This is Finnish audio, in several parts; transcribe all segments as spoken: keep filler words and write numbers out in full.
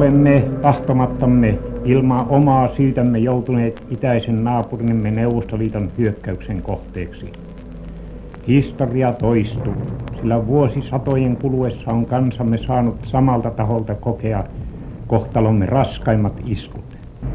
olemme tahtomattamme ilman omaa syytämme joutuneet itäisen naapurimme Neuvostoliiton hyökkäyksen kohteeksi. Historia toistuu, sillä vuosisatojen kuluessa on kansamme saanut samalta taholta kokea kohtalomme raskaimmat iskut.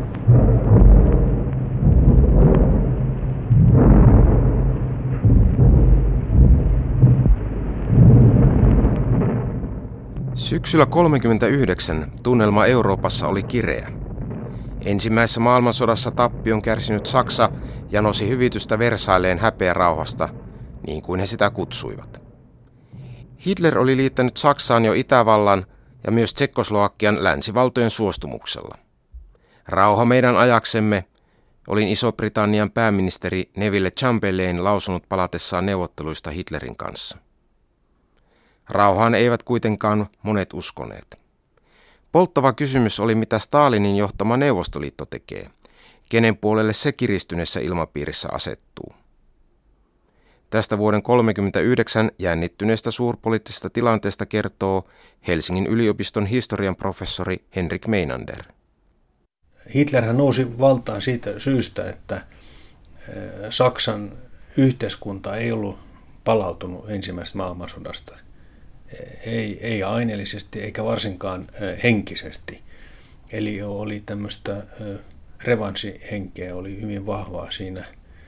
Syksyllä tuhatyhdeksänsataakolmekymmentäyhdeksän tunnelma Euroopassa oli kireä. Ensimmäisessä maailmansodassa tappion kärsinyt Saksa janosi hyvitystä Versailleen häpeärauhasta, niin kuin he sitä kutsuivat. Hitler oli liittänyt Saksaan jo Itävallan ja myös Tsekkoslovakian länsivaltojen suostumuksella. Rauha meidän ajaksemme, olin Iso-Britannian pääministeri Neville Chamberlain lausunut palatessaan neuvotteluista Hitlerin kanssa. Rauhaan eivät kuitenkaan monet uskoneet. Polttava kysymys oli, mitä Stalinin johtama Neuvostoliitto tekee, kenen puolelle se kiristyneessä ilmapiirissä asettuu. Tästä vuoden tuhatyhdeksänsataakolmekymmentäyhdeksän jännittyneestä suurpoliittisesta tilanteesta kertoo Helsingin yliopiston historian professori Henrik Meinander. Hitlerhän nousi valtaan siitä syystä, että Saksan yhteiskunta ei ollut palautunut ensimmäisestä maailmansodasta. Ei, ei aineellisesti eikä varsinkaan henkisesti. Eli oli tämmöistä revanssihenkeä, oli hyvin vahvaa siinä.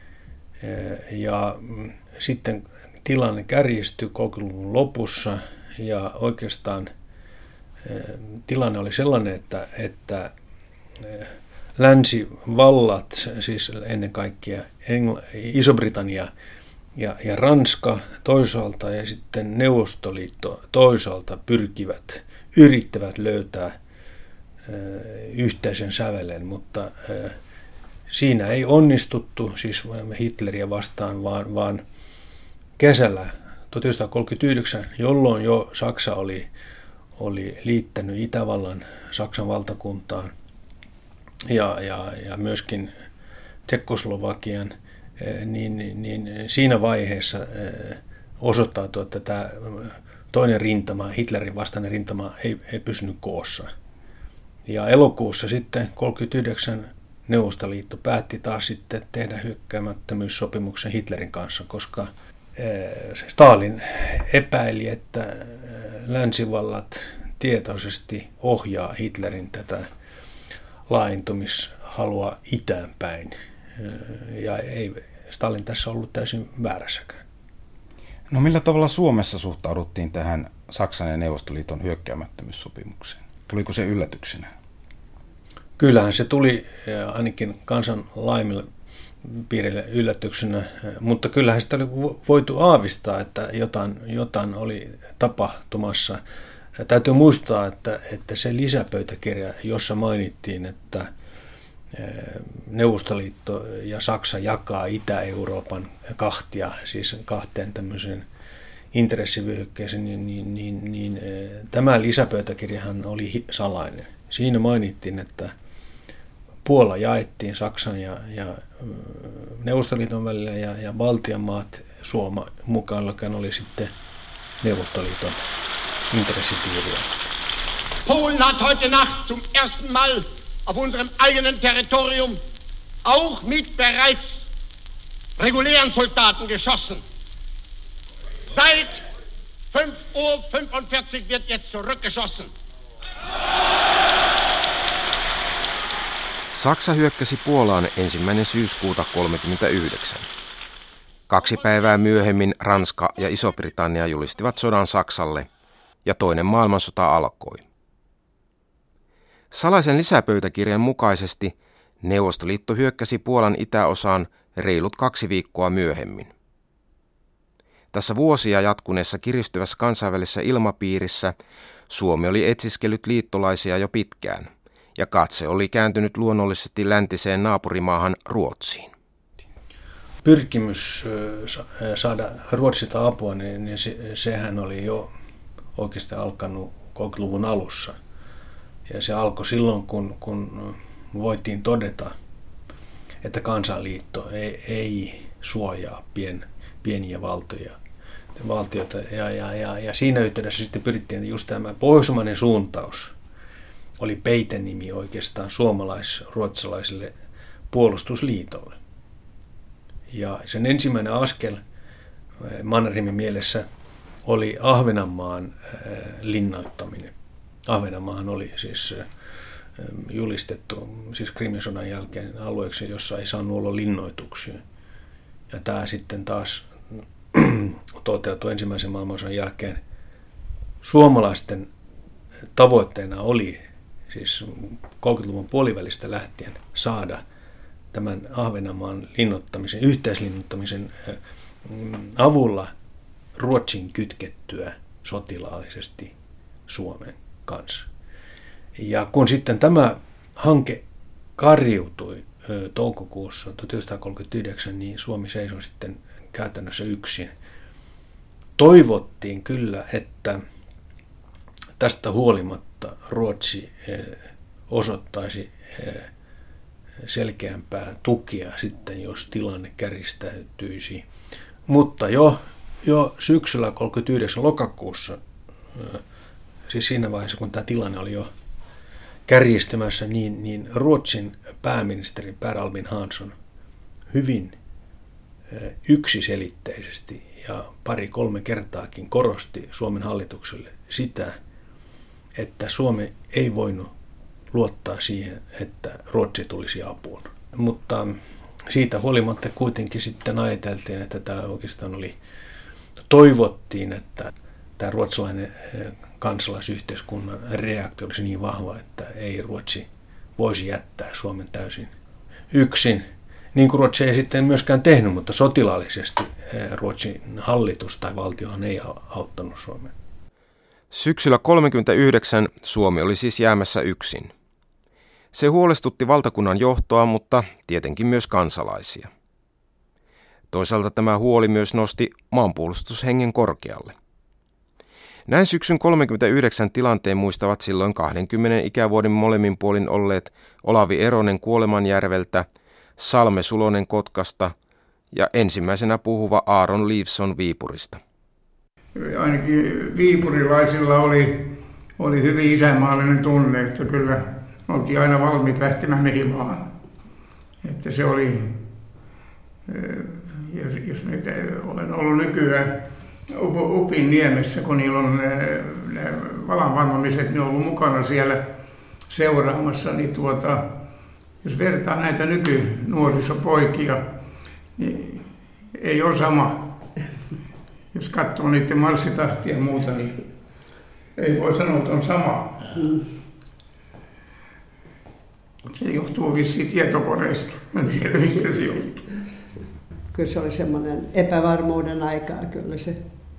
Ja sitten tilanne kärjistyi kolmekymmentäluvun lopussa ja oikeastaan tilanne oli sellainen, että, että länsivallat, siis ennen kaikkea Engl- Iso-Britannia ja, ja Ranska toisaalta ja sitten Neuvostoliitto toisaalta pyrkivät, yrittävät löytää yhteisen sävelen, mutta siinä ei onnistuttu, siis Hitleriä vastaan, vaan, vaan kesällä tuhatyhdeksänsataakolmekymmentäyhdeksän, jolloin jo Saksa oli, oli liittänyt Itävallan Saksan valtakuntaan ja, ja, ja myöskin Tsekkoslovakian, niin, niin, niin siinä vaiheessa osoittautui, että tämä toinen rintama, Hitlerin vastainen rintama, ei, ei pysynyt koossa. Ja elokuussa sitten tuhatyhdeksänsataakolmekymmentäyhdeksän Neuvostoliitto päätti taas sitten tehdä hyökkäämättömyyssopimuksen Hitlerin kanssa, koska Stalin epäili, että länsivallat tietoisesti ohjaa Hitlerin tätä laajentumishalua itään päin. Ja ei Stalin tässä ollut täysin väärässäkään. No millä tavalla Suomessa suhtauduttiin tähän Saksan ja Neuvostoliiton hyökkäämättömyyssopimukseen? Tuliko se yllätyksenä? Kyllähän se tuli ainakin kansan laajemmille piirille yllätyksenä, mutta kyllähän sitä oli voitu aavistaa, että jotain, jotain oli tapahtumassa. Täytyy muistaa, että, että se lisäpöytäkirja, jossa mainittiin, että Neuvostoliitto ja Saksa jakaa Itä-Euroopan kahtia, siis kahteen tämmöiseen intressivyöhykkeeseen, niin, niin, niin, niin tämä lisäpöytäkirjahan oli salainen. Siinä mainittiin, että Puola jaettiin Saksan ja, ja Neuvostoliiton välillä ja, ja Baltian maat, Suoma mukaan lukien, oli sitten Neuvostoliiton intressipiiriä. Polen hat heute Nacht zum ersten Mal auf unserem eigenen Territorium auch mit bereits regulären Soldaten geschossen. Seit fünf Uhr fünfundvierzig wird jetzt zurückgeschossen. Saksa hyökkäsi Puolaan ensimmäinen syyskuuta tuhatyhdeksänsataakolmekymmentäyhdeksän. Kaksi päivää myöhemmin Ranska ja Iso-Britannia julistivat sodan Saksalle ja toinen maailmansota alkoi. Salaisen lisäpöytäkirjan mukaisesti Neuvostoliitto hyökkäsi Puolan itäosaan reilut kaksi viikkoa myöhemmin. Tässä vuosia jatkuneessa kiristyvässä kansainvälisessä ilmapiirissä Suomi oli etsiskellyt liittolaisia jo pitkään, ja katse oli kääntynyt luonnollisesti läntiseen naapurimaahan Ruotsiin. Pyrkimys saada Ruotsilta apua, niin sehän oli jo oikeastaan alkanut kolmekymmentäluvun alussa. Ja se alkoi silloin, kun, kun voitiin todeta, että kansanliitto ei, ei suojaa pien, pieniä valtoja, valtioita. Ja, ja, ja, ja siinä yhteydessä sitten pyrittiin just tämä pohjoismainen suuntaus oli peitenimi oikeastaan suomalais-ruotsalaiselle puolustusliitolle. Ja sen ensimmäinen askel Mannerheimin mielessä oli Ahvenanmaan linnoittaminen. Ahvenanmaahan oli siis julistettu siis Krimin sodan jälkeen alueeksi, jossa ei saanut olla linnoituksia. Ja tämä sitten taas toteutui ensimmäisen maailmansodan jälkeen. Suomalaisten tavoitteena oli siis kolmekymmentäluvun puolivälistä lähtien saada tämän Ahvenanmaan linnoittamisen, yhteislinnoittamisen avulla Ruotsin kytkettyä sotilaallisesti Suomen kanssa. Ja kun sitten tämä hanke kariutui toukokuussa tuhatyhdeksänsataakolmekymmentäyhdeksän, niin Suomi seisoi sitten käytännössä yksin. Toivottiin kyllä, että tästä huolimatta Ruotsi osoittaisi selkeämpää tukea sitten, jos tilanne kärjistäytyisi. Mutta jo, jo syksyllä tuhatyhdeksänsataakolmekymmentäyhdeksän lokakuussa, siis siinä vaiheessa kun tämä tilanne oli jo kärjistymässä, niin, niin Ruotsin pääministeri Per Albin Hansson hyvin yksiselitteisesti ja pari-kolme kertaakin korosti Suomen hallitukselle sitä, että Suomi ei voinut luottaa siihen, että Ruotsi tulisi apuun. Mutta siitä huolimatta kuitenkin sitten ajateltiin, että tämä oikeastaan oli, toivottiin, että tämä ruotsalainen kansalaisyhteiskunnan reaktio olisi niin vahva, että ei Ruotsi voisi jättää Suomen täysin yksin. Niin kuin Ruotsi ei sitten myöskään tehnyt, mutta sotilaallisesti Ruotsin hallitus tai valtiohan ei auttanut Suomea. Syksyllä tuhatyhdeksänsataakolmekymmentäyhdeksän Suomi oli siis jäämässä yksin. Se huolestutti valtakunnan johtoa, mutta tietenkin myös kansalaisia. Toisaalta tämä huoli myös nosti maanpuolustushengen korkealle. Näin syksyn tuhatyhdeksänsataakolmekymmentäyhdeksän tilanteen muistavat silloin kahdenkymmenen ikävuoden molemmin puolin olleet Olavi Eronen Kuolemanjärveltä, Salme Sulonen Kotkasta ja ensimmäisenä puhuva Aaron Leifson Viipurista. Ainakin viipurilaisilla oli, oli hyvin isänmaallinen tunne, että kyllä oltiin aina valmiit lähtemään mehimaan. Että se oli, jos nyt olen ollut nykyään Upin niemessä, kun niillä on ne, ne valanvannomiset, ne on ollut mukana siellä seuraamassa, niin tuota, jos vertaa näitä nykynuorisopoikia, niin ei ole sama. Jos katsoo niiden marssitahtia ja muuta, niin ei voi sanoa, että on sama. Se johtuu vissiin tietokoneista. En tiedä, mistä se johtuu. Kyllä se oli semmoinen epävarmuuden aikaa kyllä se.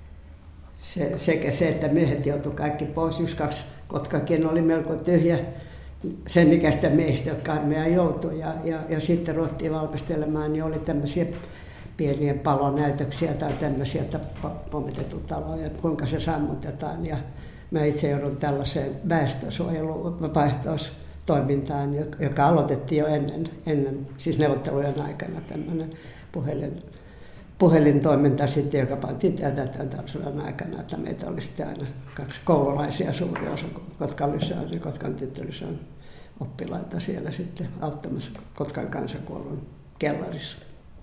Se, sekä se, että miehet joutuivat kaikki pois. Just kaksi Kotkakin oli melko tyhjä sen ikäistä miehistä, jotka armeijaan joutui. Ja, ja, ja sitten ruvettiin valmistelemaan, niin oli tämmöisiä pieniä palonäytöksiä tai tämmöisiä, että pommitettu talo ja kuinka se sammutetaan. Ja mä itse joudun tällaiseen väestösuojeluun, vapaaehtoistoimintaan, joka aloitettiin jo ennen, ennen siis neuvottelujen aikana tämmöinen puhelin. puhelintoiminta sitten, joka pantiin täytäntöön tämän sodan aikana, että meitä oli sitten aina kaksi koululaisia suuri osa Kotkan Lysään ja Kotkan tyttölysään oppilaita siellä sitten auttamassa Kotkan kansakoulun kellarissa.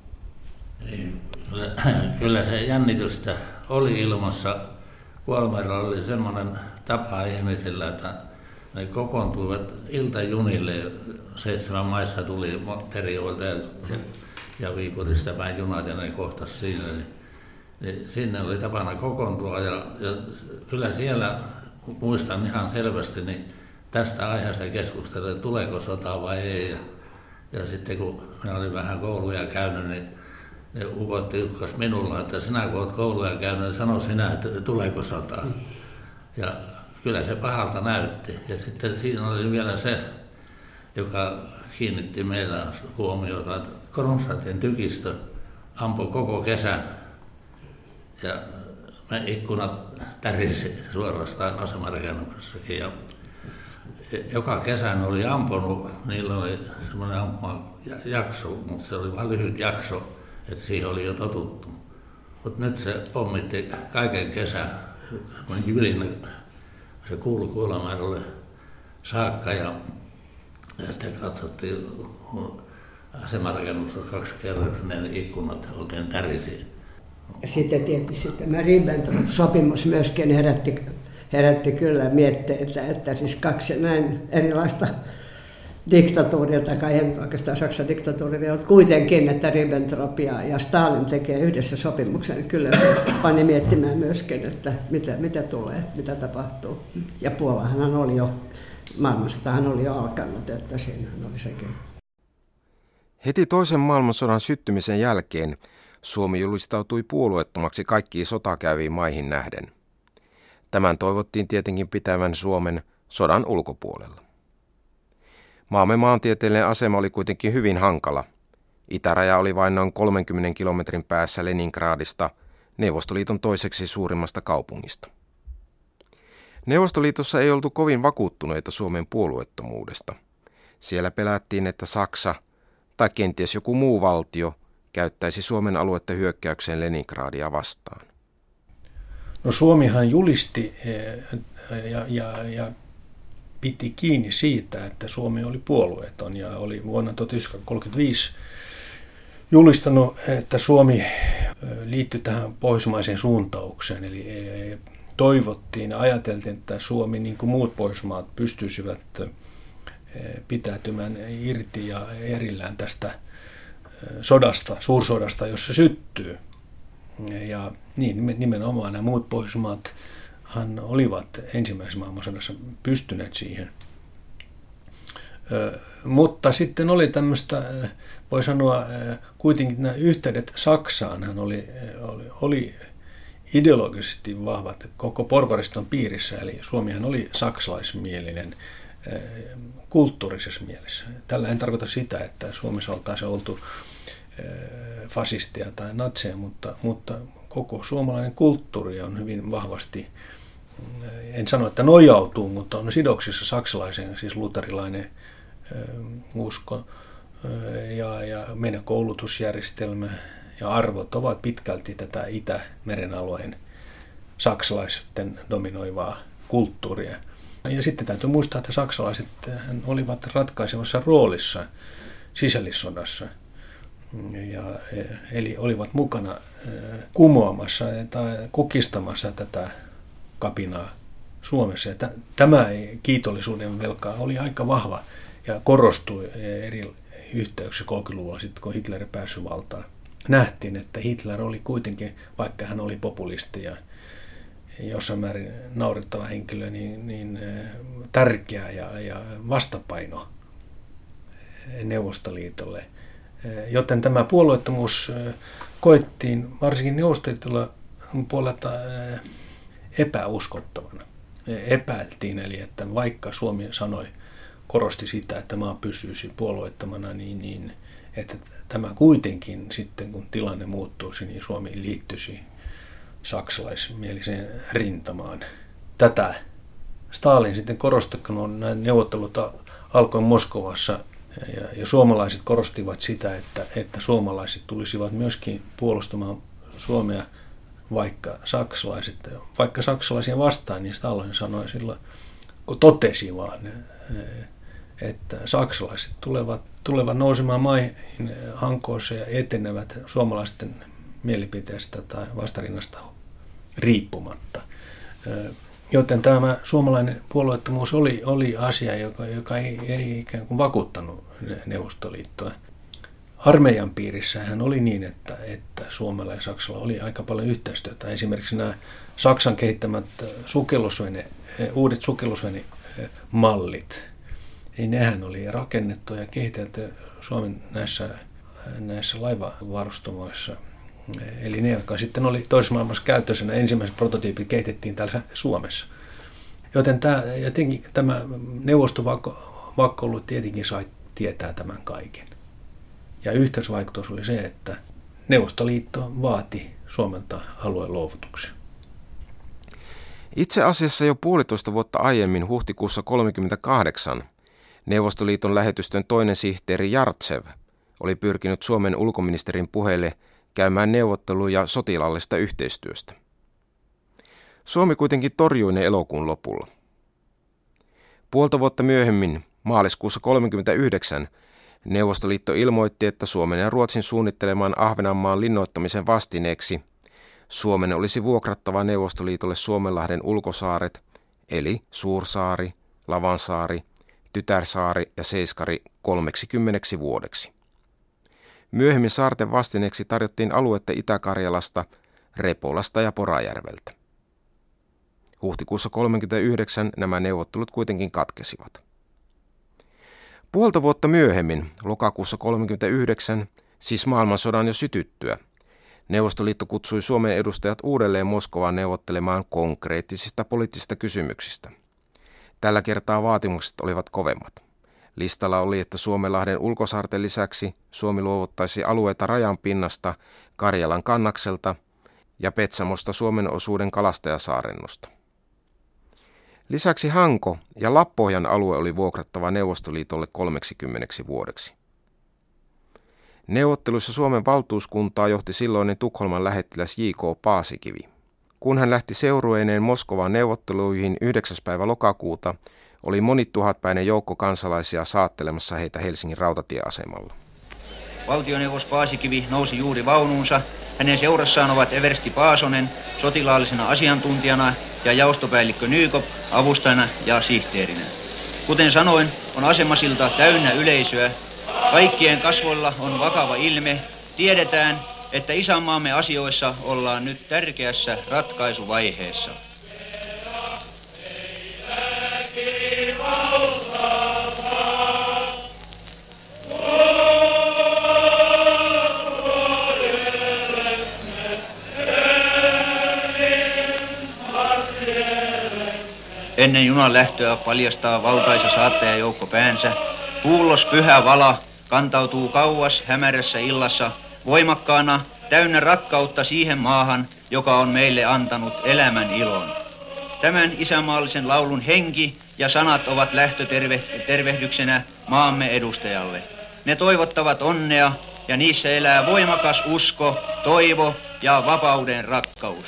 Kyllä, kyllä se jännitystä oli ilmassa. Kuolemailla oli semmoinen tapa ihmisillä, että ne kokoontuivat iltajunille. Seitsemän maissa tuli Terijoelta ja ja Viipurista päin junat ja ne kohtasi siinä, niin, niin sinne oli tapana kokoontua ja, ja kyllä siellä, muistan ihan selvästi, niin tästä aiheesta keskustelua, että tuleeko sota vai ei. Ja, ja sitten kun minä olin vähän kouluja käynyt, niin ne ukot tiukkas minulla, että sinä kun olet kouluja käynyt, niin sano sinä, että tuleeko sota. Ja kyllä se pahalta näytti. Ja sitten siinä oli vielä se, joka kiinnitti meillä huomiota, että Kronstadtin tykistö ampui koko kesän ja me ikkunat tärisi suorastaan asemarakennuksellakin. Ja joka kesän oli ampunut, niillä oli semmoinen jakso, mutta se oli vain lyhyt jakso, että siihen oli jo totuttu. Mutta nyt se pommitti kaiken kesän, kun jylinä, se kuului Kuolemäelle saakka ja, ja sitten katsottiin asemarakennuksessa kaksikerroksinen ikkunat oikein tärisi. Sitten tietysti tämä Ribbentrop-sopimus myöskin herätti, herätti kyllä mietteitä, että siis kaksi näin erilaista diktatuuria, tai ei oikeastaan Saksan diktatuuria, mutta kuitenkin, että Ribbentrop ja, ja Stalin tekee yhdessä sopimuksen, niin kyllä se pani miettimään myöskin, että mitä, mitä tulee, mitä tapahtuu. Ja Puolahan oli jo, maailmansotahan oli jo alkanut, että siinähän oli sekin. Heti toisen maailmansodan syttymisen jälkeen Suomi julistautui puolueettomaksi kaikkiin sotaa käyviin maihin nähden. Tämän toivottiin tietenkin pitävän Suomen sodan ulkopuolella. Maamme maantieteellinen asema oli kuitenkin hyvin hankala. Itäraja oli vain noin kolmenkymmenen kilometrin päässä Leningradista, Neuvostoliiton toiseksi suurimmasta kaupungista. Neuvostoliitossa ei oltu kovin vakuuttuneita Suomen puolueettomuudesta. Siellä pelättiin, että Saksa tai kenties joku muu valtio käyttäisi Suomen aluetta hyökkäykseen Leningradia vastaan. No Suomihan julisti ja, ja, ja piti kiinni siitä, että Suomi oli puolueeton ja oli vuonna tuhatyhdeksänsataakolmekymmentäviisi julistanut, että Suomi liittyi tähän pohjoismaiseen suuntaukseen. Eli toivottiin ja ajateltiin, että Suomi niin kuin muut Pohjoismaat pystyisivät pitäytymään irti ja erillään tästä sodasta, suursodasta, jos se syttyy. Ja niin, nimenomaan nämä muut Pohjoismaathan olivat ensimmäisessä maailmansodassa pystyneet siihen. Ö, mutta sitten oli tämmöistä, voi sanoa, kuitenkin nämä yhteydet Saksaanhan oli, oli, oli ideologisesti vahvat koko porvariston piirissä, eli Suomihan oli saksalaismielinen kulttuurisessa mielessä. Tällä en tarkoita sitä, että Suomessa oltaisiin oltu fasistia tai natseja, mutta, mutta koko suomalainen kulttuuri on hyvin vahvasti, en sano, että nojautuu, mutta on sidoksissa saksalaiseen, siis luterilainen usko ja, ja meidän koulutusjärjestelmä ja arvot ovat pitkälti tätä Itämeren alueen saksalaisten dominoivaa kulttuuria. Ja sitten täytyy muistaa, että saksalaiset olivat ratkaisevassa roolissa sisällissodassa. Ja, eli olivat mukana kumoamassa tai kukistamassa tätä kapinaa Suomessa. Ja tämä kiitollisuuden velka oli aika vahva ja korostui eri yhteyksissä kolmekymmentäluvulla sitten, kun Hitler päässyt valtaan. Nähtiin, että Hitler oli kuitenkin, vaikka hän oli populisti ja jossain määrin naurettava henkilö, niin, niin tärkeä ja, ja vastapaino Neuvostoliitolle. Joten tämä puolueettomuus koettiin varsinkin Neuvostoliitolla puolelta epäuskottavana. Epäiltiin, eli että vaikka Suomi sanoi, korosti sitä, että maa pysyisi puolueettomana, niin, niin että tämä kuitenkin sitten, kun tilanne muuttuisi, niin Suomi liittyisi saksalaismieliseen rintamaan. Tätä Stalin sitten korosti, kun nämä neuvottelut alkoi Moskovassa, ja, ja suomalaiset korostivat sitä, että, että suomalaiset tulisivat myöskin puolustamaan Suomea, vaikka saksalaiset, vaikka saksalaisia vastaan, niin Stalin sanoi silloin, kun totesi vaan, että saksalaiset tulevat, tulevat nousemaan maihin hankoossa ja etenevät suomalaisten mielipiteestä tai vastarinnasta riippumatta. Joten tämä suomalainen puolueettomuus oli, oli asia, joka, joka ei, ei ikään kuin vakuuttanut Neuvostoliittoa. Armeijan piirissähän oli niin, että, että Suomella ja Saksalla oli aika paljon yhteistyötä. Esimerkiksi nämä Saksan kehittämät sukellusvene, uudet sukellusvenemallit, niin nehän oli rakennettu ja kehitelty Suomen näissä, näissä laivavarustamoissa. Eli ne, jotka sitten oli toisessa maailmassa käytössä, ensimmäiset prototyypit kehitettiin täällä Suomessa. Joten tämä, jotenkin, tämä neuvostovakkoilu tietenkin sai tietää tämän kaiken. Ja yhteisvaikutus oli se, että Neuvostoliitto vaati Suomelta alueen luovutuksia. Itse asiassa jo puolitoista vuotta aiemmin huhtikuussa tuhatyhdeksänsataakolmekymmentäkahdeksan Neuvostoliiton lähetystön toinen sihteeri Jartsev oli pyrkinyt Suomen ulkoministerin puheille käymään neuvotteluja sotilaallisesta yhteistyöstä. Suomi kuitenkin torjui ne elokuun lopulla. Puolta vuotta myöhemmin, maaliskuussa tuhatyhdeksänsataakolmekymmentäyhdeksän, Neuvostoliitto ilmoitti, että Suomen ja Ruotsin suunnitteleman Ahvenanmaan linnoittamisen vastineeksi Suomen olisi vuokrattava Neuvostoliitolle Suomenlahden ulkosaaret, eli Suursaari, Lavansaari, Tytärsaari ja Seiskari kolmeksikymmeneksi vuodeksi. Myöhemmin saarten vastineeksi tarjottiin aluetta Itä-Karjalasta, Repolasta ja Porajärveltä. Huhtikuussa tuhatyhdeksänsataakolmekymmentäyhdeksän nämä neuvottelut kuitenkin katkesivat. Puolta vuotta myöhemmin, lokakuussa tuhatyhdeksänsataakolmekymmentäyhdeksän, siis maailmansodan jo sytyttyä, Neuvostoliitto kutsui Suomen edustajat uudelleen Moskovaan neuvottelemaan konkreettisista poliittisista kysymyksistä. Tällä kertaa vaatimukset olivat kovemmat. Listalla oli, että Suomenlahden ulkosaarten lisäksi Suomi luovuttaisi alueita rajan pinnasta Karjalan kannakselta ja Petsamosta Suomen osuuden Kalastajasaarennosta. Lisäksi Hanko ja Lappohjan alue oli vuokrattava Neuvostoliitolle kolmeksikymmeneksi vuodeksi. Neuvotteluissa Suomen valtuuskuntaa johti silloinen Tukholman lähettiläs J K Paasikivi. Kun hän lähti seurueineen Moskovaan neuvotteluihin yhdeksäs päivä lokakuuta, oli monituhatpäinen joukko kansalaisia saattelemassa heitä Helsingin rautatieasemalla. Valtioneuvos Paasikivi nousi juuri vaunuunsa. Hänen seurassaan ovat eversti Paasonen sotilaallisena asiantuntijana ja jaostopäällikkö Nykop avustajana ja sihteerinä. Kuten sanoin, on asemasilta täynnä yleisöä. Kaikkien kasvoilla on vakava ilme. Tiedetään, että isänmaamme asioissa ollaan nyt tärkeässä ratkaisuvaiheessa. Ennen junan lähtöä paljastaa valtaisa saattajajoukko päänsä. Kuulos pyhä vala kantautuu kauas hämärässä illassa, voimakkaana, täynnä rakkautta siihen maahan, joka on meille antanut elämän ilon. Tämän isänmaallisen laulun henki ja sanat ovat lähtötervehdyksenä maamme edustajalle. Ne toivottavat onnea ja niissä elää voimakas usko, toivo ja vapauden rakkaus.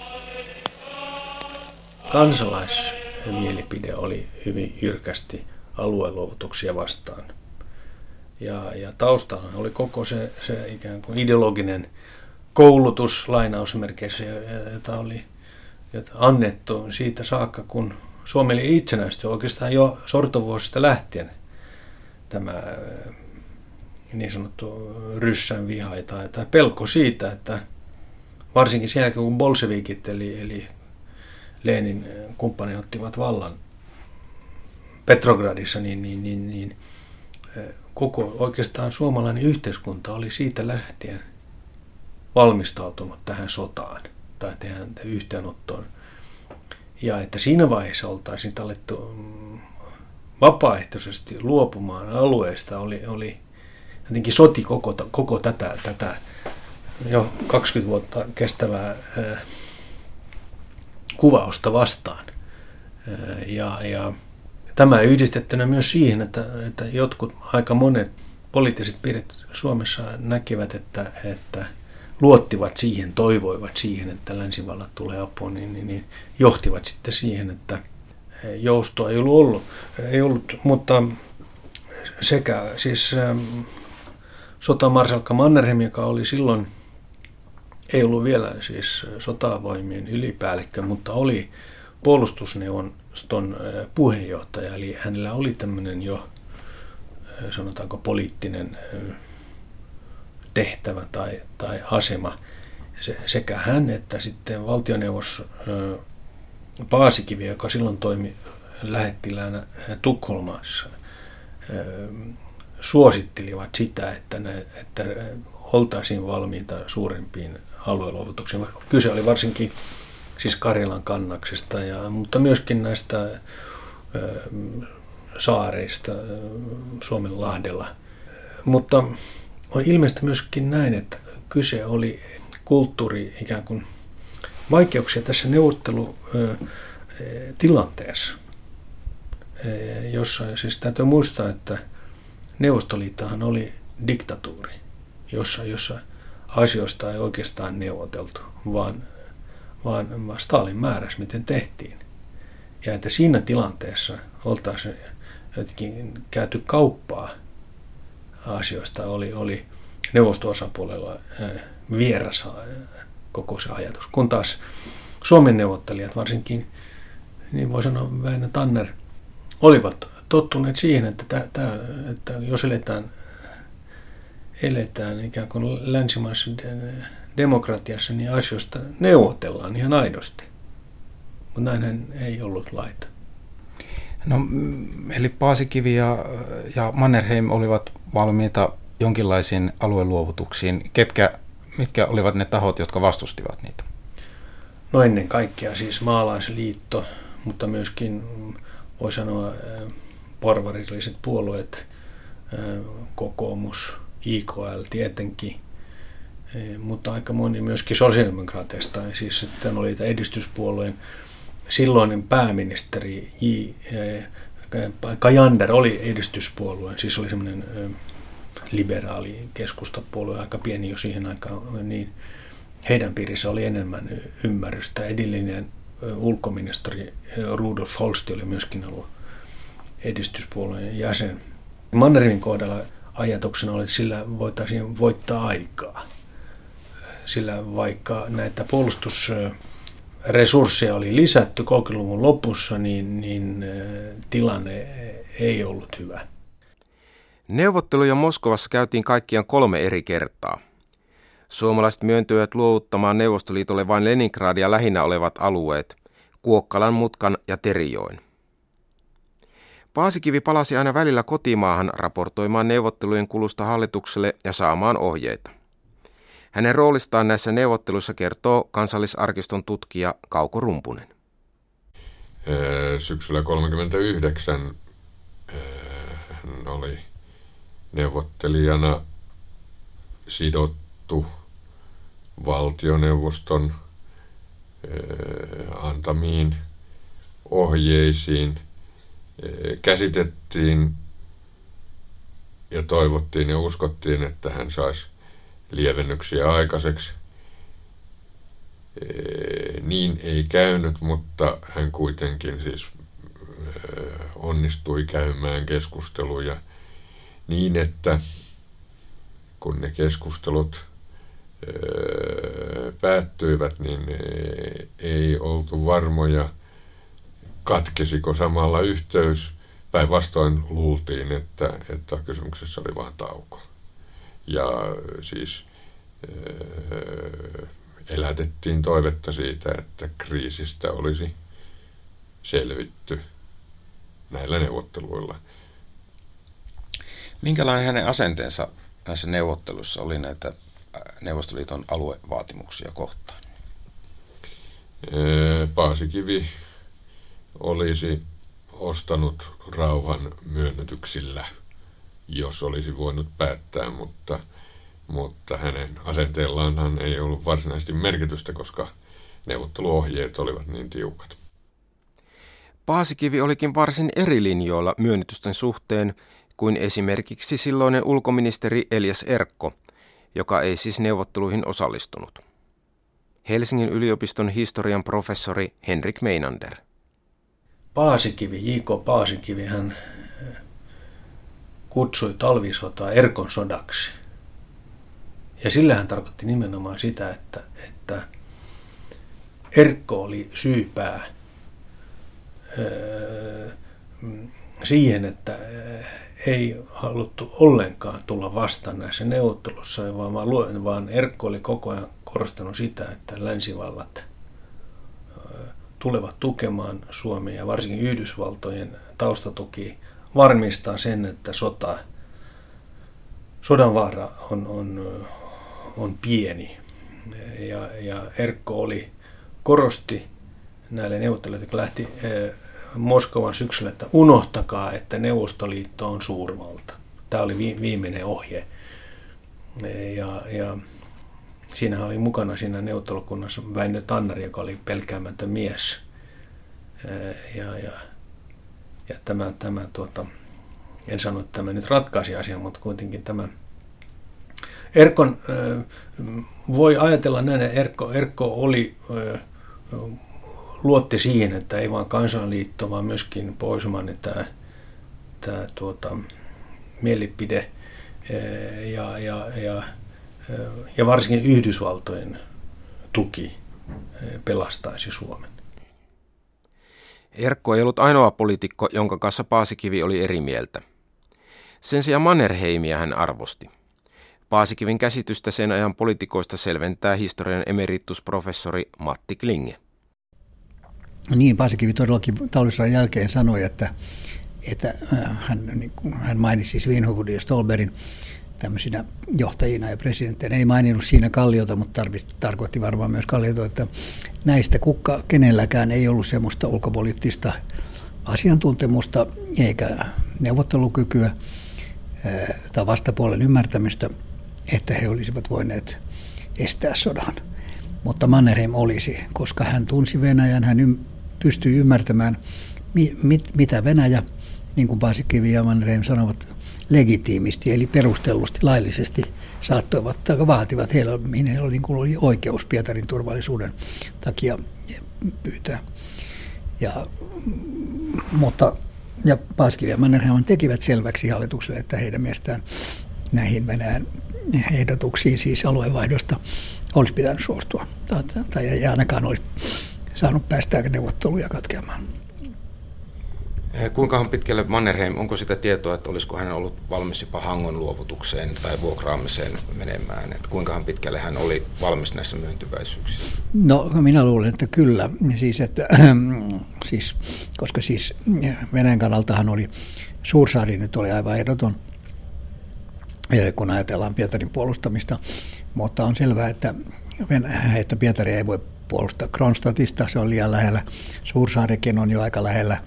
Kansalaismielipide oli hyvin jyrkästi alueluovutuksia vastaan. Ja, ja taustalla oli koko se, se ikään kuin ideologinen koulutus lainausmerkeissä, jota oli jota annettu siitä saakka, kun Suomi oli itsenäisesti oikeastaan jo sortovuosista lähtien tämä niin sanottu ryssän viha tai, tai pelko siitä, että varsinkin sen jälkeen kun bolshevikit eli, eli Lenin kumppani ottivat vallan Petrogradissa, niin, niin, niin, niin koko oikeastaan suomalainen yhteiskunta oli siitä lähtien valmistautunut tähän sotaan tai tähän yhteenottoon. Ja että siinä vaiheessa oltaisiin alettu vapaaehtoisesti luopumaan alueesta, oli, oli jotenkin soti koko, koko tätä, tätä jo kaksikymmentä vuotta kestävää ää, kuvausta vastaan. Ää, ja, ja tämä yhdistettynä myös siihen, että, että jotkut aika monet poliittiset piirit Suomessa näkivät, että, että luottivat siihen, toivoivat siihen, että länsivallat tulee apuun, niin, niin, niin johtivat sitten siihen, että joustoa ei ollut, ollut, ei ollut mutta sekä siis sotamarsalkka Mannerheim, joka oli silloin, ei ollut vielä siis sotavoimien ylipäällikkö, mutta oli puolustusneuvoston puheenjohtaja, eli hänellä oli tämmöinen jo, sanotaanko poliittinen tehtävä tai, tai asema. Se, sekä hän että sitten valtioneuvos Paasikivi, joka silloin toimi lähettiläänä Tukholmassa, suosittelivat sitä, että, ne, että oltaisiin valmiita suurempiin alueluovutuksiin. Kyse oli varsinkin siis Karjalan kannaksesta, ja, mutta myöskin näistä ö, saareista Suomenlahdella. Mutta on ilmeistä myöskin näin, että kyse oli kulttuuri ikään kuin vaikeuksia tässä neuvottelutilanteessa, jossa siis täytyy muistaa, että Neuvostoliittohan oli diktatuuri, jossa, jossa asioista ei oikeastaan neuvoteltu, vaan, vaan Stalin määräsi, miten tehtiin. ja että siinä tilanteessa oltaisiin jotenkin käyty kauppaa asioista, oli, oli neuvosto-osapuolella vieras koko se ajatus. Kun taas Suomen neuvottelijat, varsinkin, niin voi sanoa Väinö Tanner, olivat tottuneet siihen, että, tää, tää, että jos eletään, eletään ikään kuin länsimaisessa demokratiassa, niin asioista neuvotellaan ihan aidosti. Mutta näinhän ei ollut laita. No, eli Paasikivi ja, ja Mannerheim olivat valmiita jonkinlaisiin alueluovutuksiin. Ketkä, mitkä olivat ne tahot, jotka vastustivat niitä? No ennen kaikkea siis Maalaisliitto, mutta myöskin voi sanoa porvarilliset puolueet, kokoomus, I K L tietenkin, mutta aika moni myöskin sosiaalidemokraateista. Siis sitten oli edistyspuolueen silloinen pääministeri J. Kajander oli edistyspuolueen, siis oli semmoinen liberaali keskustapuolue, aika pieni jo siihen aikaan, niin heidän piirissä oli enemmän ymmärrystä. Edellinen ulkoministeri Rudolf Holst oli myöskin ollut edistyspuolueen jäsen. Mannerheimin kohdalla ajatuksena oli, että sillä voitaisiin voittaa aikaa. Sillä vaikka näitä puolustusresursseja oli lisätty kolmekymmentäluvun lopussa, niin, niin tilanne ei ollut hyvä. Neuvotteluja Moskovassa käytiin kaikkiaan kolme eri kertaa. Suomalaiset myöntyivät luovuttamaan Neuvostoliitolle vain Leningradia lähinnä olevat alueet, Kuokkalan, Mutkan ja Terijoen. Paasikivi palasi aina välillä kotimaahan raportoimaan neuvottelujen kulusta hallitukselle ja saamaan ohjeita. Hänen roolistaan näissä neuvotteluissa kertoo Kansallisarkiston tutkija Kauko Rumpunen. Syksyllä tuhatyhdeksänsataakolmekymmentäyhdeksän hän oli neuvottelijana sidottu valtioneuvoston antamiin ohjeisiin. Käsitettiin ja toivottiin ja uskottiin, että hän saisi lievennyksiä aikaiseksi. Niin ei käynyt, mutta hän kuitenkin siis onnistui käymään keskusteluja niin, että kun ne keskustelut päättyivät, niin ei oltu varmoja, katkesiko samalla yhteys. Päinvastoin luultiin, että, että kysymyksessä oli vain tauko. Ja siis elätettiin toivetta siitä, että kriisistä olisi selvitty näillä neuvotteluilla. Minkälainen hänen asenteensa näissä neuvotteluissa oli näitä Neuvostoliiton aluevaatimuksia kohtaan? Paasikivi olisi ostanut rauhan myönnytyksillä, jos olisi voinut päättää, mutta, mutta hänen asenteellaanhan ei ollut varsinaisesti merkitystä, koska neuvotteluohjeet olivat niin tiukat. Paasikivi olikin varsin eri linjoilla myönnytysten suhteen kuin esimerkiksi silloinen ulkoministeri Elias Erkko, joka ei siis neuvotteluihin osallistunut. Helsingin yliopiston historian professori Henrik Meinander. Paasikivi, J K Paasikivi, hän kutsui talvisotaa Erkon sodaksi. Ja sillä hän tarkoitti nimenomaan sitä, että, että Erkko oli syypää öö, siihen, että ei haluttu ollenkaan tulla vastaan näissä neuvottelussa, vaan, vaan Erkko oli koko ajan korostanut sitä, että länsivallat tulevat tukemaan Suomea ja varsinkin Yhdysvaltojen taustatuki varmistaa sen, että sota, sodan vaara on, on, on pieni. Ja, ja Erkko oli, korosti näille neuvottelijoille, jotka lähti Moskovan syksyllä, että unohtakaa, että Neuvostoliitto on suurvalta. Tämä oli viimeinen ohje. Ja, ja siinä oli mukana siinä neuvottelukunnassa Väinö Tanner, joka oli pelkäämätön mies. Ja, ja, ja tämä, tämä tuota, en sano, että tämä nyt ratkaisi asian, mutta kuitenkin tämä Erkon, voi ajatella näin, että Erkko, Erkko oli luotti siihen, että ei vain Kansanliitto, vaan myöskin Pohjoismainen tämä, tämä tuota, mielipide ja, ja, ja, ja varsinkin Yhdysvaltojen tuki pelastaisi Suomen. Erkko ei ollut ainoa poliitikko, jonka kanssa Paasikivi oli eri mieltä. Sen sijaan Mannerheimia hän arvosti. Paasikivin käsitystä sen ajan poliitikoista selventää historian emeritusprofessori Matti Klinge. Niin, Paasikivi todellakin talvisodan jälkeen sanoi, että, että hän, niin hän mainitsi siis Svinhufvudin ja Ståhlbergin tämmöisinä johtajina ja presidentteinä. Ei maininnut siinä Kalliota, mutta tarvitsi, tarkoitti varmaan myös Kalliota, että näistä kukka kenelläkään ei ollut semmoista ulkopoliittista asiantuntemusta eikä neuvottelukykyä tai vastapuolen ymmärtämistä, että he olisivat voineet estää sodan. Mutta Mannerheim olisi, koska hän tunsi Venäjän, hän ym- pystyi ymmärtämään, mi- mit- mitä Venäjä, niin kuin Paasikivi ja Mannerheim sanovat, legitiimisti, eli perustellusti, laillisesti saattoivat tai vaativat, heillä, mihin heillä oli, niin kuin oli oikeus Pietarin turvallisuuden takia pyytää. Ja, mutta ja Paasikivi ja Mannerheim tekivät selväksi hallitukselle, että heidän mielestään näihin Venäjän ehdotuksiin, siis aluevaihdosta, olisi pitänyt suostua. Tai, tai ei ainakaan olisi saanut päästää neuvotteluja katkeamaan. Kuinkahan pitkälle Mannerheim, onko sitä tietoa, että olisiko hän ollut valmis jopa Hangon luovutukseen tai vuokraamiseen menemään? Että kuinkahan pitkälle hän oli valmis näissä myöntyväisyyksissä? No minä luulen, että kyllä. Siis, että, siis, koska siis Venäjän kannaltahan oli, Suursaari nyt oli aivan ehdoton, kun ajatellaan Pietarin puolustamista, mutta on selvää, että, että Pietari ei voi puolustaa Kronstadtista, se on liian lähellä. Suursaarikin on jo aika lähellä.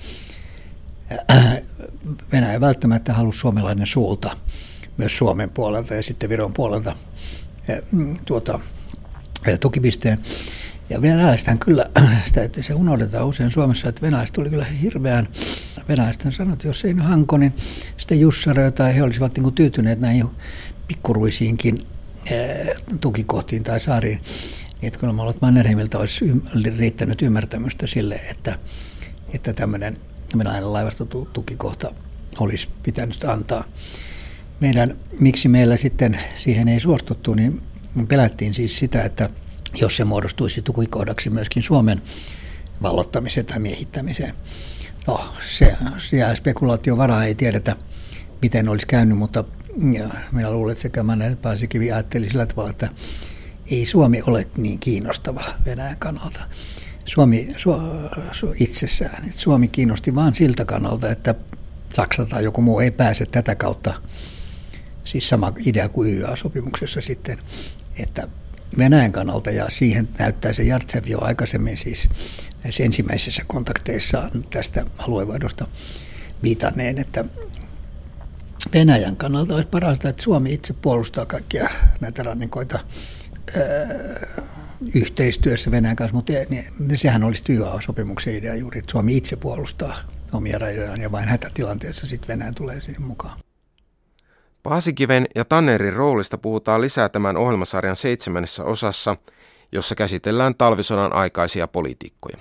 Venäjä välttämättä halusi suomalainen suulta myös Suomen puolelta ja sitten Viron puolelta tuota, tukipisteen. Ja venäläistähän kyllä, sitä, että se unohdetaan usein Suomessa, että venäläiset oli kyllä hirveän, venäläistähän sanoi, että jos ei ne Hanko, niin sitten Jussarö tai he olisivat niin kuin tyytyneet näihin pikkuruisiinkin tukikohtiin tai saariin. Niin että kyllä mä Mannerheimilta olisi riittänyt ymmärtämystä sille, että, että tämmöinen venäläinen laivastotukikohta olisi pitänyt antaa. Meidän, miksi meillä sitten siihen ei suostuttu, niin pelättiin siis sitä, että jos se muodostuisi tukikohdaksi myöskin Suomen vallottamiseen tai miehittämiseen. No, se, se jää spekulaation varaan, ei tiedetä, miten olisi käynyt, mutta minä luulen, että sekä Mannerheim että Paasikivi ajatteli sillä tavalla, että ei Suomi ole niin kiinnostava Venäjän kannalta. Suomi su, su, itsessään. Et Suomi kiinnosti vain siltä kannalta, että Saksa tai joku muu ei pääse tätä kautta, siis sama idea kuin Y A-sopimuksessa sitten, että Venäjän kannalta, ja siihen näyttää se Jartsev jo aikaisemmin siis näissä ensimmäisissä kontakteissa tästä aluevaihdosta viitanneen, että Venäjän kannalta olisi parasta, että Suomi itse puolustaa kaikkia näitä rannikoita öö, yhteistyössä Venäjän kanssa, mutta niin, sehän olisi Y A-sopimuksen idea juuri, että Suomi itse puolustaa omia rajojaan ja vain hätätilanteessa sitten Venäjä tulee siihen mukaan. Paasikiven ja Tannerin roolista puhutaan lisää tämän ohjelmasarjan seitsemännessä osassa, jossa käsitellään talvisodan aikaisia poliitikkoja.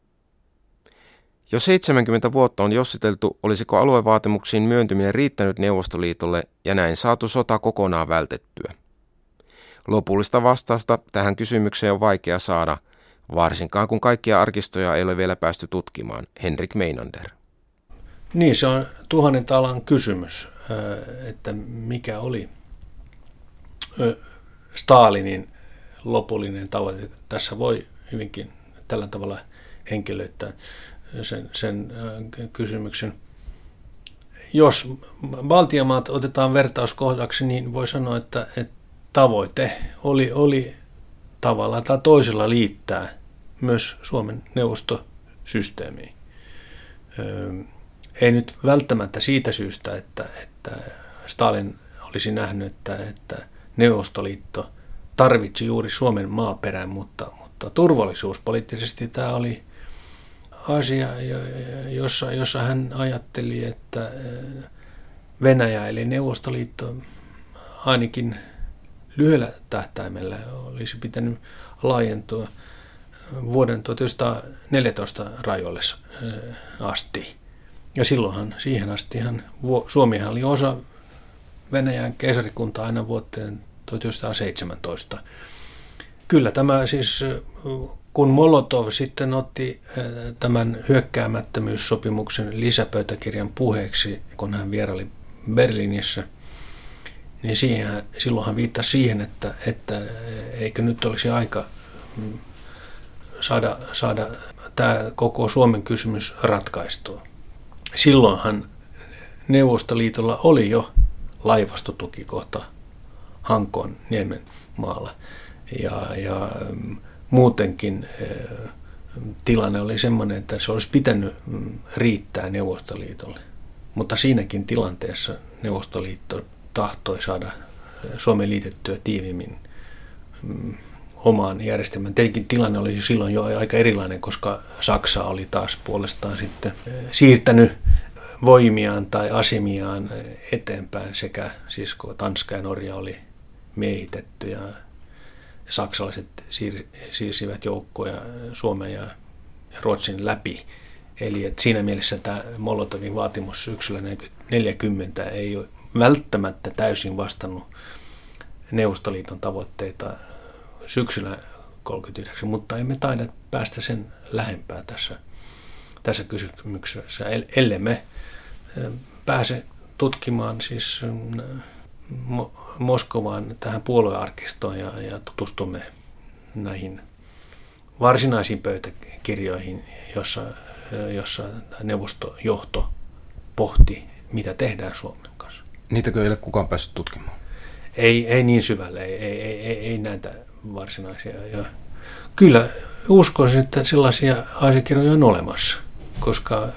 Jo seitsemänkymmentä vuotta on jossiteltu, olisiko aluevaatimuksiin myöntyminen riittänyt Neuvostoliitolle ja näin saatu sota kokonaan vältettyä. Lopullista vastausta tähän kysymykseen on vaikea saada, varsinkaan kun kaikkia arkistoja ei ole vielä päästy tutkimaan. Henrik Meinander. Niin, se on tuhannen talan kysymys, että mikä oli Stalinin lopullinen tavoite. Tässä voi hyvinkin tällä tavalla henkilöittää sen, sen kysymyksen. Jos Baltiamaat otetaan vertauskohdaksi, niin voi sanoa, että, että tavoite oli, oli tavalla tai toisella liittää myös Suomen neuvostosysteemiin. Ei nyt välttämättä siitä syystä, että, että Stalin olisi nähnyt, että, että Neuvostoliitto tarvitsi juuri Suomen maaperän, mutta, mutta turvallisuuspoliittisesti tämä oli asia, jossa, jossa hän ajatteli, että Venäjä eli Neuvostoliitto ainakin lyhyellä tähtäimellä olisi pitänyt laajentua vuoden tuhatyhdeksänsataaneljätoista rajoille asti. Ja silloinhan siihen astihan Suomihan oli osa Venäjän keisarikuntaa aina vuoteen tuhatyhdeksänsataaseitsemäntoista. Kyllä tämä siis, kun Molotov sitten otti tämän hyökkäämättömyyssopimuksen lisäpöytäkirjan puheeksi, kun hän vieraili Berliinissä, niin siihen, silloin hän viittasi siihen, että, että eikö nyt olisi aika saada, saada tämä koko Suomen kysymys ratkaistua. Silloinhan Neuvostoliitolla oli jo laivastotukikohta Hankoon Niemen maalla. Ja, ja muutenkin tilanne oli sellainen, että se olisi pitänyt riittää Neuvostoliitolle. Mutta siinäkin tilanteessa Neuvostoliitto tahtoi saada Suomen liitettyä tiivimmin omaan järjestelmään. Tietenkin tilanne oli silloin jo aika erilainen, koska Saksa oli taas puolestaan sitten siirtänyt voimiaan tai asemiaan eteenpäin sekä siis kun Tanska ja Norja oli miehitetty ja saksalaiset siir, siirsivät joukkoja Suomen ja Ruotsin läpi. Eli että siinä mielessä tämä Molotovin vaatimus syksyllä neljäkymmentä ei ole välttämättä täysin vastannut Neuvostoliiton tavoitteita syksyllä kolmekymmentäyhdeksän, mutta emme taida päästä sen lähempää tässä, tässä kysymyksessä, ellei me pääse tutkimaan siis Moskovaan tähän puoluearkistoon ja, ja tutustumme näihin varsinaisiin pöytäkirjoihin, jossa, jossa neuvostojohto pohti, mitä tehdään Suomen kanssa. Niitäkö ei ole kukaan päässyt tutkimaan? Ei, ei niin syvälle, ei, ei, ei, ei näitä varsinaisia. Ja kyllä uskoisin, että sellaisia asiakirjoja on olemassa, koska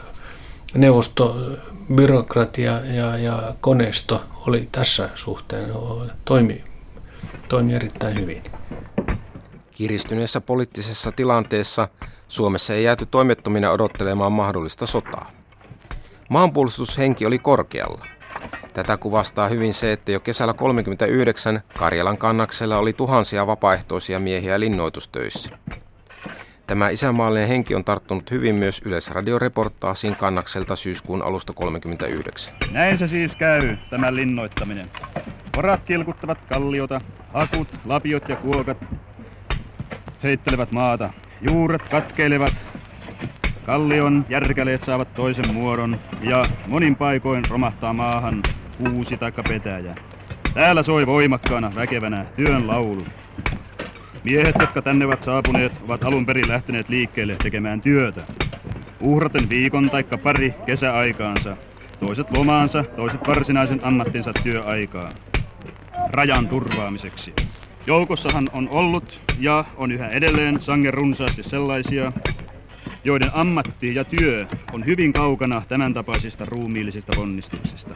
neuvostobyrokratia ja, ja koneisto oli tässä suhteen, toimi, toimi erittäin hyvin. Kiristyneessä poliittisessa tilanteessa Suomessa ei jääty toimettomina odottelemaan mahdollista sotaa. Maanpuolustushenki oli korkealla. Tätä kuvastaa hyvin se, että jo kesällä kolmekymmentäyhdeksän Karjalan kannaksella oli tuhansia vapaaehtoisia miehiä linnoitustöissä. Tämä isänmaallinen henki on tarttunut hyvin myös Yleisradioreportaasiin kannakselta syyskuun alusta kolmekymmentäyhdeksän. Näin se siis käy, tämä linnoittaminen. Orat kilkuttavat kalliota, akut, lapiot ja kuokat heittelevät maata. Juuret katkeilevat, kallion järkäleet saavat toisen muodon ja monin paikoin romahtaa maahan uusi taikka petäjä. Täällä soi voimakkaana väkevänä työn laulu. Miehet, jotka tänne ovat saapuneet, ovat alun perin lähteneet liikkeelle tekemään työtä. Uhraten viikon taikka pari kesäaikaansa, toiset lomaansa, toiset varsinaisen ammattinsa työaikaa. Rajan turvaamiseksi. Joukossahan on ollut ja on yhä edelleen sangen runsaasti sellaisia, joiden ammatti ja työ on hyvin kaukana tämän tapaisista ruumiillisista ponnistuksista.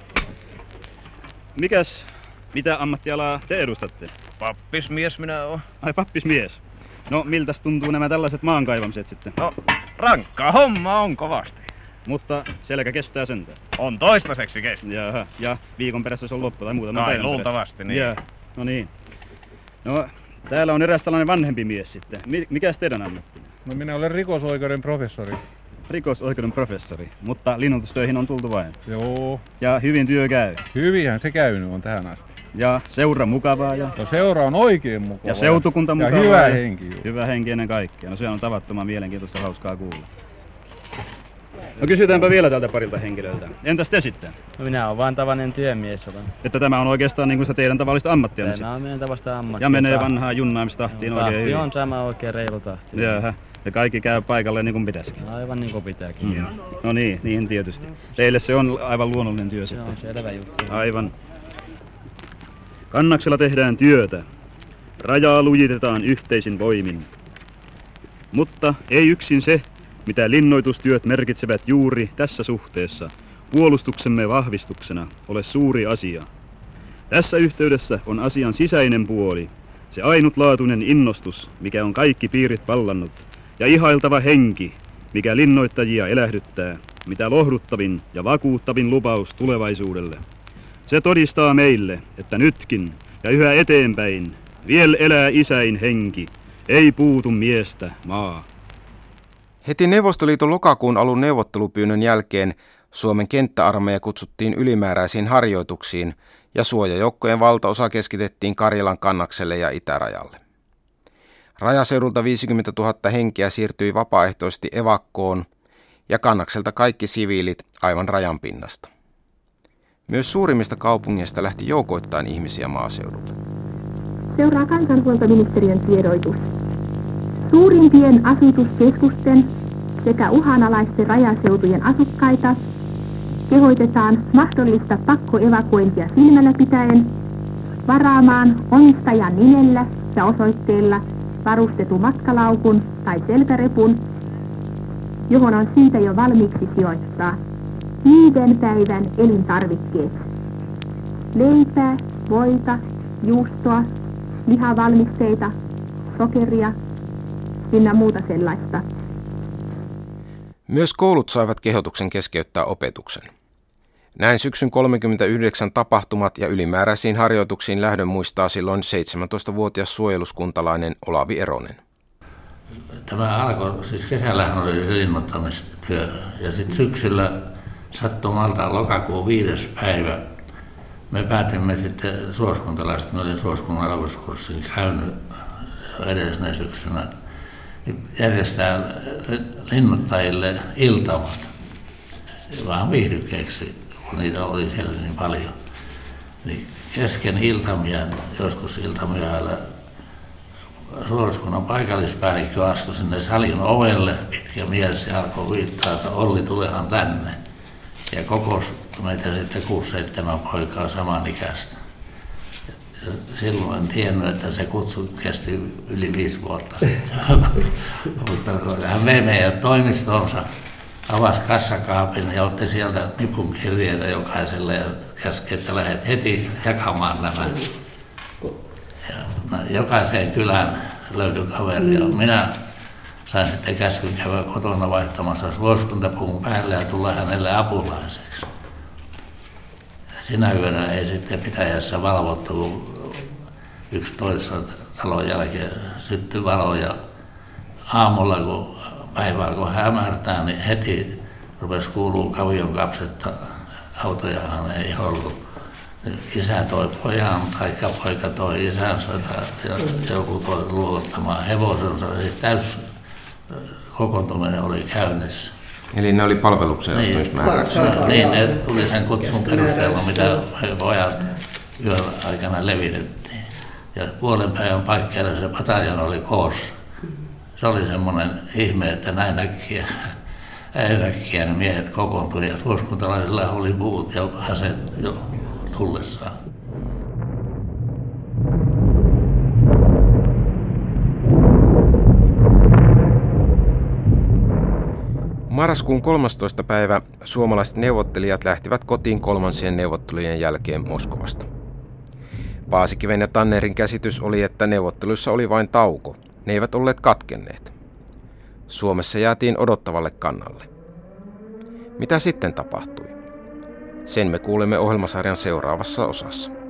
Mikäs, mitä ammattialaa te edustatte? Pappismies minä oon. Ai pappismies. No miltäs tuntuu nämä tällaiset maankaivamiset sitten? No rankkaa homma on kovasti. Mutta selkä kestää sentään. On toistaiseksi kestää. Jaha. Ja viikon perässä se on loppu tai muutama no, päivän luultavasti perässä. niin. Ja, no niin. No täällä on eräs tällainen vanhempi mies sitten. Mikäs teidän ammattinne? No minä olen rikosoikeuden professori. Rikosoikeuden professori, mutta linnoitustöihin on tultu vain. Joo. Ja hyvin työ käy. Hyvinhän se käynyt on tähän asti. Ja seura mukavaa. Ja... No seura on oikein mukavaa. Ja seutukunta mukavaa. Ja hyvä henki. Juu. Hyvä henki ennen kaikkea. No se on tavattoman mielenkiintoista, hauskaa kuulla. No kysytäänpä vielä tältä parilta henkilöltä. Entäs te sitten? No minä olen vain tavallinen työmies. Olen. Että tämä on oikeastaan niin kuin sitä teidän tavallista ammattia. Tämä on meidän tavallista ammattia. Ja menee vanhaa junnaamistahtiin no, oikein hyvin. on sama oikein reilu tahti. Jaha. Ja kaikki käy paikalle niin kuin pitäisikin. Aivan niin kuin pitääkin. Mm. No niin, niin tietysti. Teille se on aivan luonnollinen työ se sitten. Se on selvä juttu. Aivan. Kannaksella tehdään työtä. Rajaa lujitetaan yhteisin voimin. Mutta ei yksin se, mitä linnoitustyöt merkitsevät juuri tässä suhteessa, puolustuksemme vahvistuksena, ole suuri asia. Tässä yhteydessä on asian sisäinen puoli, se ainutlaatuinen innostus, mikä on kaikki piirit vallannut, ja ihailtava henki, mikä linnoittajia elähdyttää, mitä lohduttavin ja vakuuttavin lupaus tulevaisuudelle. Se todistaa meille, että nytkin ja yhä eteenpäin viel elää isäin henki, Ei puutu miestä, maa. Heti Neuvostoliiton lokakuun alun neuvottelupyynnön jälkeen Suomen kenttäarmeija kutsuttiin ylimääräisiin harjoituksiin ja suojajoukkojen valtaosa keskitettiin Karjalan kannakselle ja itärajalle. Rajaseudulta viisikymmentätuhatta henkeä siirtyi vapaaehtoisesti evakkoon ja kannakselta kaikki siviilit aivan rajan pinnasta. Myös suurimmista kaupungeista lähti joukoittain ihmisiä maaseudulle. Seuraa kansanhuoltoministeriön tiedoitus. Suurimpien asutuskeskusten sekä uhanalaisten rajaseutujen asukkaita kehoitetaan mahdollista pakkoevakuointia silmällä pitäen varaamaan omistajan nimellä ja osoitteella varustetun matkalaukun tai selkärepun, johon on siitä jo valmiiksi sijoittaa viiden päivän elintarvikkeet. Leipää, voita, juustoa, lihavalmisteita, sokeria ynnä muuta sellaista. Myös koulut saivat kehotuksen keskeyttää opetuksen. Näin syksyn kolmekymmentäyhdeksän tapahtumat ja ylimääräisiin harjoituksiin lähdön muistaa silloin seitsemäntoistavuotias suojeluskuntalainen Olavi Eronen. Tämä alkoi, siis kesällähän oli linnoittamistyö ja sitten syksyllä sattumalta lokakuun viides päivä me päätimme sitten suoskuntalaiset, me olin suoskunnan avuskurssin käynyt edellisenä syksynä, järjestää linnuttajille iltamat, vaan viihdykkeeksi, kun niitä oli siellä niin paljon. Niin kesken iltamien, joskus iltamyöhällä, suojeluskunnan paikallispäällikkö astui sinne salin ovelle, pitkä mies, ja alkoi viittaa, että Olli, tulehan tänne. Ja kokos meitä sitten kuusi seitsemän poikaa samanikäistä. Ja silloin en tiennyt, että se kutsu kesti yli viisi vuotta sitten. Mutta hän vei meidät toimistonsa, avasi kassakaapin ja otti sieltä nipun kirjeitä jokaiselle ja käski, että lähdet heti jakamaan nämä. Ja jokaiseen kylään löytyi kaveri. Mm. Minä sain sitten käskyn käydä kotona vaihtamassa suoskuntapuvun päälle ja tulla hänelle apulaiseksi. Ja sinä yönä ei sitten pitäjässä valvottu, kun yksi toisessa talon jälkeen syttyi valo ja aamulla kun päivää kun hämärtää, niin heti rupesi kuuluu kavion kapsetta. Autojahan ei ollut. Isä toi pojan, tai poika toi isänsä ja joku toi luovuttamaan hevosensa. Siis täys kokoontuminen oli käynnissä. Eli ne oli palveluksen ostamismääräyksiä? Niin, niin, ne tuli sen kutsun perusteella, mitä pojat yön aikana levitettiin. Ja puolen päivän paikkeilla se pataljon oli koossa. Se oli semmoinen ihme, että näin äkkiä, äkkiä ne miehet kokoontui ja suoskuntalaisilla oli puut ja aseet jo tullessaan. Marraskuun kolmastoista päivä suomalaiset neuvottelijat lähtivät kotiin kolmansien neuvottelujen jälkeen Moskovasta. Paasikiven ja Tannerin käsitys oli, että neuvotteluissa oli vain tauko. Ne eivät olleet katkenneet. Suomessa jäätiin odottavalle kannalle. Mitä sitten tapahtui? Sen me kuulemme ohjelmasarjan seuraavassa osassa.